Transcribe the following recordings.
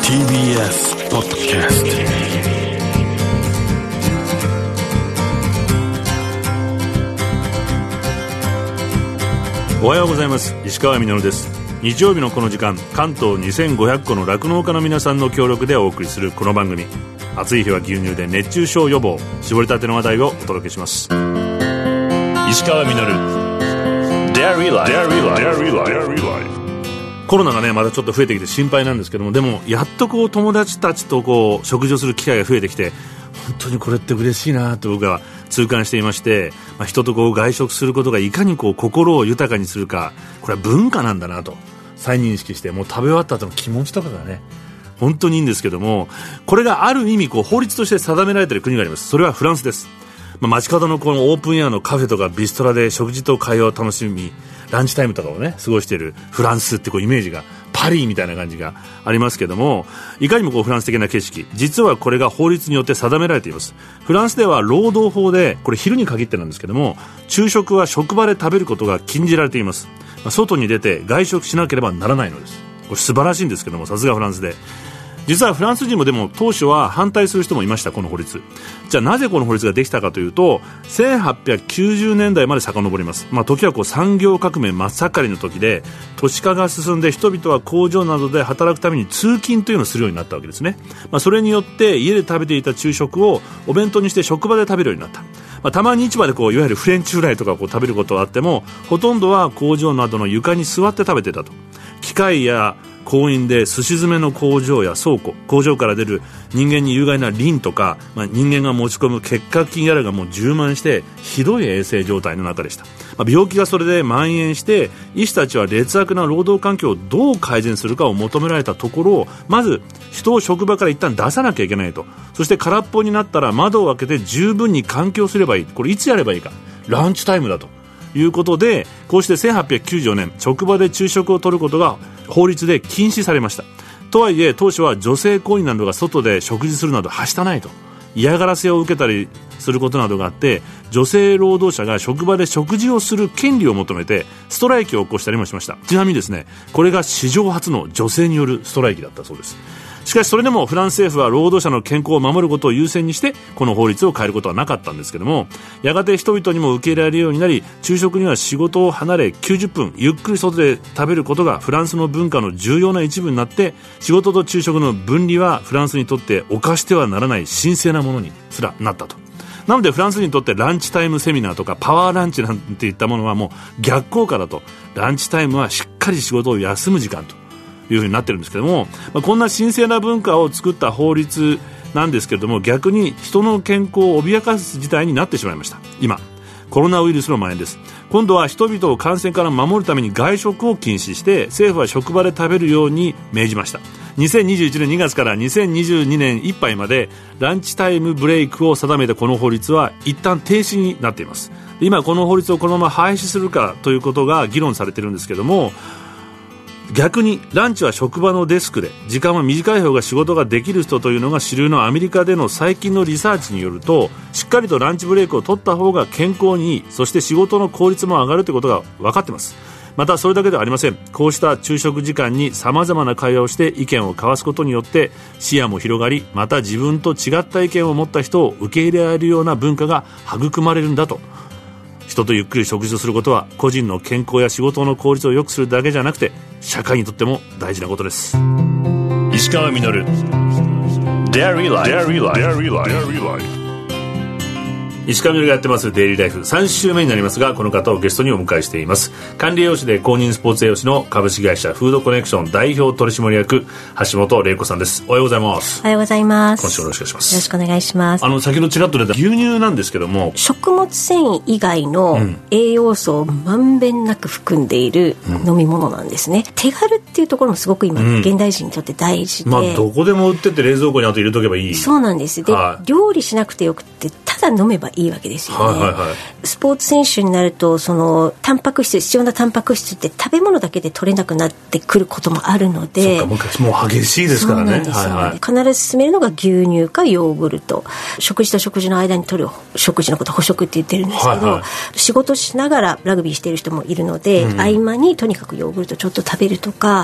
TBS ポッドキャスト。おはようございます。石川みのるです。日曜日のこの時間、関東2500個の酪農家の皆さんの協力でお送りするこの番組、暑い日は牛乳で熱中症予防、絞りたての話題をお届けします。石川みのる Dairy Life。コロナがねまたちょっと増えてきて心配なんですけども、でもやっとこう友達たちとこう食事をする機会が増えてきて、本当にこれって嬉しいなと僕は痛感していまして、人とこう外食することがいかにこう心を豊かにするか、これは文化なんだなと再認識して、もう食べ終わった後の気持ちとかがね本当にいいんですけども、これがある意味こう法律として定められている国があります。それはフランスです。街角のこのオープンエアのカフェとかビストラで食事と会話を楽しみ、ランチタイムとかをね過ごしているフランスってこうイメージがパリみたいな感じがありますけども、いかにもこうフランス的な景色、実はこれが法律によって定められています。フランスでは労働法で、これ昼に限ってなんですけども、昼食は職場で食べることが禁じられています。外に出て外食しなければならないのです。これ素晴らしいんですけども、さすがフランスで、実はフランス人もでも当初は反対する人もいました。この法律、じゃあなぜこの法律ができたかというと、1890年代まで遡ります。時はこう産業革命真っ盛りの時で、都市化が進んで人々は工場などで働くために通勤というのをするようになったわけですね。それによって家で食べていた昼食をお弁当にして職場で食べるようになった。たまに市場でこういわゆるフレンチフライとかこう食べることはあっても、ほとんどは工場などの床に座って食べていたと。機械や工員で寿司詰めの工場や倉庫、工場から出る人間に有害なリンとか、人間が持ち込む結核菌やらがもう充満して、ひどい衛生状態の中でした。病気がそれで蔓延して、医師たちは劣悪な労働環境をどう改善するかを求められたところ、まず人を職場から一旦出さなきゃいけないと。そして空っぽになったら窓を開けて十分に換気をすればいい。これいつやればいいか、ランチタイムだということで、こうして1894年職場で昼食を取ることが法律で禁止されました。とはいえ当初は女性行為などが外で食事するなどはしたないと、嫌がらせを受けたりすることなどがあって、女性労働者が職場で食事をする権利を求めてストライキを起こしたりもしました。ちなみにですね、これが史上初の女性によるストライキだったそうです。しかしそれでもフランス政府は労働者の健康を守ることを優先にしてこの法律を変えることはなかったんですけども、やがて人々にも受け入れられるようになり、昼食には仕事を離れ90分ゆっくり外で食べることがフランスの文化の重要な一部になって、仕事と昼食の分離はフランスにとって犯してはならない神聖なものにすらなったと。なのでフランスにとってランチタイムセミナーとかパワーランチなんていったものはもう逆効果だと。ランチタイムはしっかり仕事を休む時間というふうになってるんですけども、こんな神聖な文化を作った法律なんですけれども、逆に人の健康を脅かす事態になってしまいました。今コロナウイルスの蔓延です。今度は人々を感染から守るために外食を禁止して、政府は職場で食べるように命じました。2021年2月から2022年いっぱいまでランチタイムブレイクを定めたこの法律は一旦停止になっています。今この法律をこのまま廃止するかということが議論されているんですけども、逆にランチは職場のデスクで時間は短い方が仕事ができる人というのが主流のアメリカでの最近のリサーチによると、しっかりとランチブレイクを取った方が健康にいい、そして仕事の効率も上がるということが分かっています。またそれだけではありません。こうした昼食時間に様々な会話をして意見を交わすことによって視野も広がり、また自分と違った意見を持った人を受け入れられるような文化が育まれるんだと。人とゆっくり食事をすることは個人の健康や仕事の効率を良くするだけじゃなくて、社会にとっても大事なことです。石川みのる Dairy Life。石川みのるがやってますデイリーライフ3週目になりますが、この方をゲストにお迎えしています。管理栄養士で公認スポーツ栄養士の株式会社フードコネクション代表取締役橋本玲子さんです。おはようございます。 おはようございます。 今週よろしくお願いします。 よろしくお願いします。 先ほどちらっと出た牛乳なんですけども、 食物繊維以外の栄養素をまんべんなく含んでいる飲み物なんですね。手軽っていうところもすごく今、現代人にとって大事で、 どこでも売ってて冷蔵庫にあと入れとけばいい。 そうなんです。で、料理しなくてよくてただ飲めばいいわけですよね。スポーツ選手になるとそのタンパク質、必要なタンパク質って食べ物だけで取れなくなってくることもあるので、 そうか、昔もう激しいですからね。 必ず勧めるのが牛乳かヨーグルト。食事と食事の間に取る食事のことを補食って言ってるんですけど、仕事しながらラグビーしている人もいるので、合間にとにかくヨーグルトちょっと食べるとか、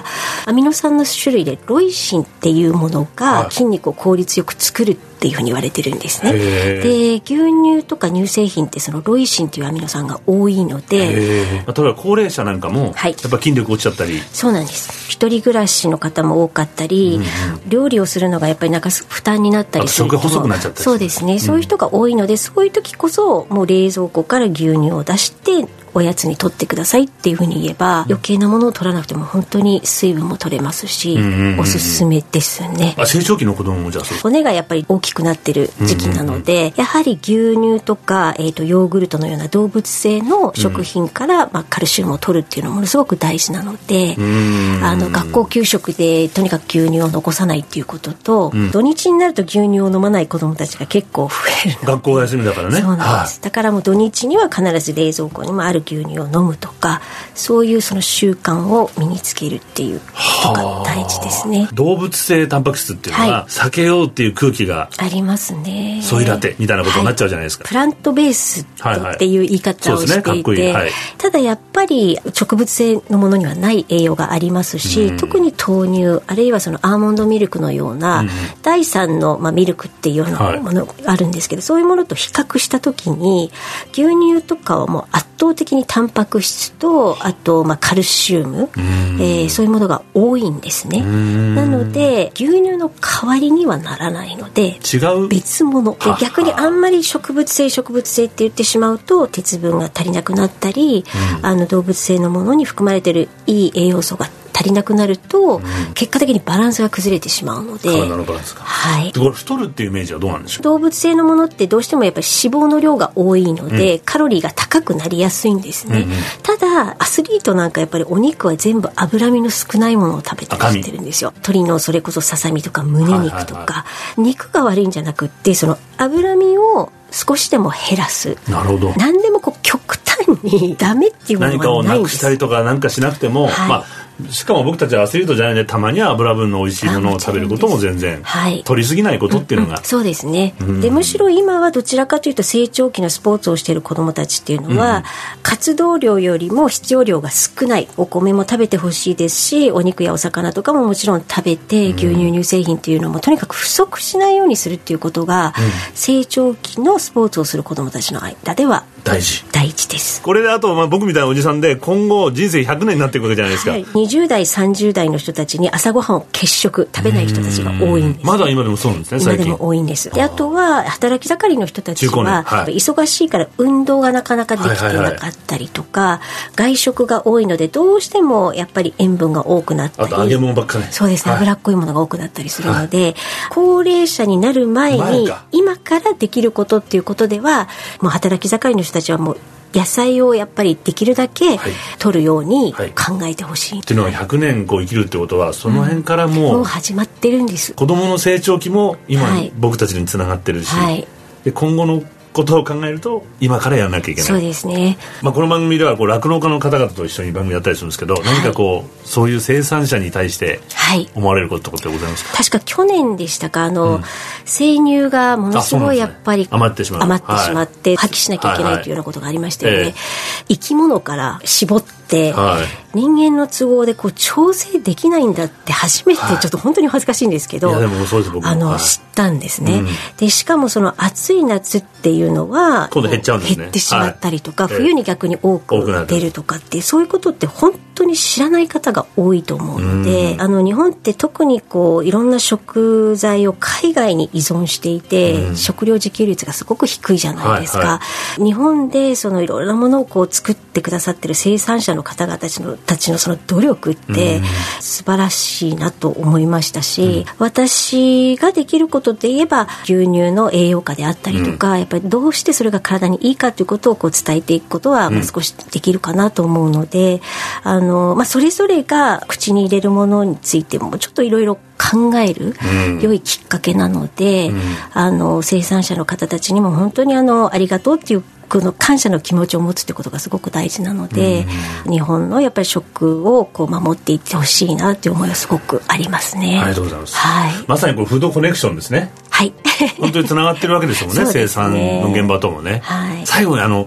はアミノ酸の種類でロイシンっていうものが筋肉を効率よく作るっていうふうに言われてるんですね。で、牛乳とか乳製品ってそのロイシンというアミノ酸が多いので、 例えば高齢者なんかもやっぱ筋力落ちちゃったり、 そうなんです。一人暮らしの方も多かったり、料理をするのがやっぱりなんか負担になったりすると、 食が細くなっちゃったり、 そうですね、そういう人が多いので、そういう時こそもう冷蔵庫から牛乳を出しておやつに取ってくださいっていうふうに言えば、余計なものを取らなくても本当に水分も取れますし、おすすめですね。 成長期の子供もじゃあそう、 骨がやっぱり大きくなってる時期なので、やはり牛乳とか、ヨーグルトのような動物性の食品から、カルシウムを取るっていうのもものすごく大事なので、学校給食でとにかく牛乳を残さないっていうことと、土日になると牛乳を飲まない子どもたちが結構増える。 学校が休みだからね。 そうなんです、だからもう土日には必ず冷蔵庫にもある牛乳を飲むとか、そういうその習慣を身につけるっていうことが大事ですね。 動物性タンパク質っていうのは、避けようっていう空気がありますね。 ソイラテみたいなことになっちゃうじゃないですか。 プラントベースっていう言い方をしていて、ただやっぱり植物性のものにはない栄養がありますし、特に豆乳あるいはそのアーモンドミルクのような、第3の、ミルクっていうようなものがあるんですけど、そういうものと比較した時に牛乳とかはもう圧倒的にタンパク質と、あとカルシウム、そういうものが多いんですね。なので牛乳の代わりにはならないので、 違う別物で、逆にあんまり植物性って言ってしまうと鉄分が足りなくなったり、動物性のものに含まれているいい栄養素が足りなくなると、結果的にバランスが崩れてしまうので、 体のバランスが、これ太るっていうイメージはどうなんでしょう。 動物性のものってどうしてもやっぱり脂肪の量が多いので、カロリーが高くなりやすいんですね。ただアスリートなんかやっぱりお肉は全部脂身の少ないものを食べたりしてるんですよ。鶏のそれこそささみとか胸肉とか、肉が悪いんじゃなくって、その脂身を少しでも減らす。 なるほど。 何でも極端にダメっていうものがないんです。 何かをなくしたりとかなんかしなくても、しかも僕たちはアスリートじゃないので、たまには油分の美味しいものを食べることも全然、取りすぎないことっていうのが、 そうですね。でむしろ今はどちらかというと成長期のスポーツをしている子どもたちっていうのは、活動量よりも必要量が少ないお米も食べてほしいですし、お肉やお魚とかももちろん食べて、牛乳乳製品っていうのもとにかく不足しないようにするっていうことが、成長期のスポーツをする子どもたちの間では大事です。 これであと、僕みたいなおじさんで今後人生100年になっていくわけじゃないですか。 20代30代の人たちに朝ごはんを欠食食べない人たちが多いんです。 まだ今でもそうなんですね。 今でも多いんです。であとは働き盛りの人たちは、忙しいから運動がなかなかできてなかったりとか、外食が多いのでどうしてもやっぱり塩分が多くなったり、 あと揚げ物ばっかり、 そうですね、脂っこいものが多くなったりするので、高齢者になる前に今からできることっていうことでは、もう働き盛りの人たちはもう野菜をやっぱりできるだけ取るように考えてほしい、 っていうのは100年生きるってことはその辺からもう始まってるんです。 子どもの成長期も今、僕たちにつながってるし、で今後のことを考えると今からやらなきゃいけない。 そうですね。 この番組では酪農家の方々と一緒に番組やったりするんですけど、何かそういう生産者に対して思われることってございますか。 確か去年でしたか、生乳がものすごいやっぱり余ってしまって破棄しなきゃいけないというようなことがありましたよね。生き物から絞って人間の都合で調整できないんだって初めて、ちょっと本当に恥ずかしいんですけど、 いやでもそうです、僕も知ったんですね。でしかもその暑い夏っていうのは今度減っちゃうんですね。 減ってしまったりとか、冬に逆に多く出るとかっていう、そういうことって本当に知らない方が多いと思うので、日本って特にいろんな食材を海外に依存していて、食料自給率がすごく低いじゃないですか。日本でそのいろいろなものを作ってくださってる生産者の方々たちのその努力って素晴らしいなと思いましたし、私ができることで言えば牛乳の栄養価であったりとか、やっぱりどうしてそれが体にいいかということを伝えていくことは少しできるかなと思うので、それぞれが口に入れるものについてもちょっといろいろ考える良いきっかけなので、生産者の方たちにも本当にありがとうっていうこの感謝の気持ちを持つってことがすごく大事なので、日本のやっぱり食を守っていってほしいなという思いはすごくありますね。 ありがとうございます。まさにフードコネクションですね。本当につながってるわけですもんね。生産の現場ともね。最後に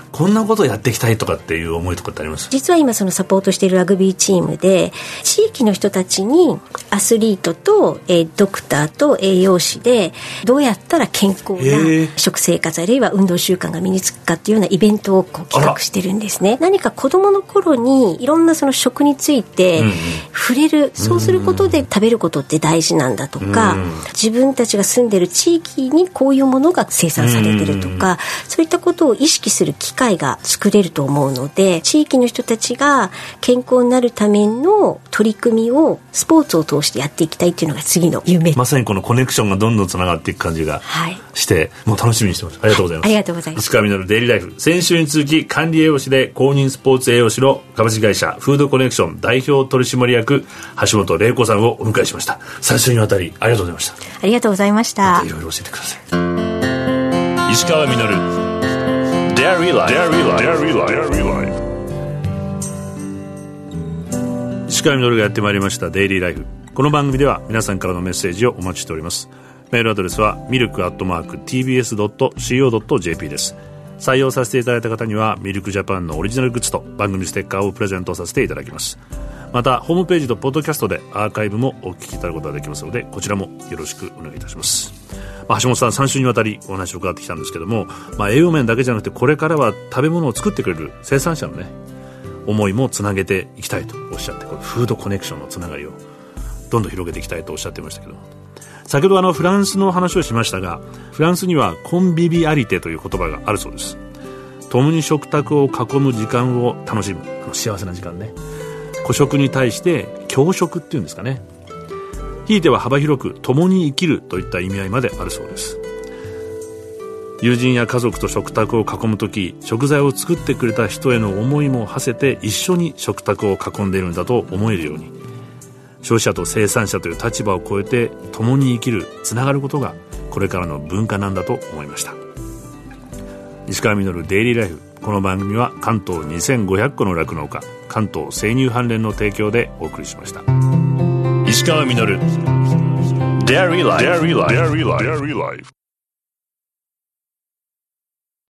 こんなことをやっていきたいとかっていう思いとかってあります？ 実は今そのサポートしているラグビーチームで地域の人たちにアスリートとドクターと栄養士でどうやったら健康な食生活あるいは運動習慣が身につくかっていうようなイベントをこう企画してるんですね。何か子どもの頃にいろんなその食について触れる、そうすることで食べることって大事なんだとか、自分たちが住んでる地域にこういうものが生産されてるとか、そういったことを意識する機会が作れると思うので、地域の人たちが健康になるための取り組みをスポーツを通してやっていきたいっていうのが次の夢。 まさにこのコネクションがどんどんつながっていく感じがして、もう楽しみにしてます。ありがとうございます。 ありがとうございます。 石川稔デイリーライフ、先週に続き管理栄養士で公認スポーツ栄養士の株式会社フードコネクション代表取締役橋本玲子さんをお迎えしました。3週にわたりありがとうございました。 ありがとうございました。 いろいろ教えてください。石川稔Dairy Life。石川稔がやってまいりましたデイリーライフ。この番組では皆さんからのメッセージをお待ちしております。メールアドレスは milk@tbs.co.jp です。採用させていただいた方にはミルクジャパンのオリジナルグッズと番組ステッカーをプレゼントさせていただきます。またホームページとポッドキャストでアーカイブもお聞きいただくことができますので、こちらもよろしくお願いいたします。橋本さん、3週にわたりお話を伺ってきたんですけども、栄養面だけじゃなくてこれからは食べ物を作ってくれる生産者のね思いもつなげていきたいとおっしゃって、これフードコネクションのつながりをどんどん広げていきたいとおっしゃっていましたけども、先ほどフランスの話をしましたが、フランスにはコンビビアリテという言葉があるそうです。共に食卓を囲む時間を楽しむ、幸せな時間ね。孤食に対して共食っていうんですかね。ひいては幅広く共に生きるといった意味合いまであるそうです。友人や家族と食卓を囲むとき、食材を作ってくれた人への思いも馳せて一緒に食卓を囲んでいるんだと思えるように、消費者と生産者という立場を超えて共に生きる、つながることがこれからの文化なんだと思いました。石川稔デイリーライフ、この番組は関東2500個の酪農家、関東生乳関連の提供でお送りしました。石川稔デイリーライフ。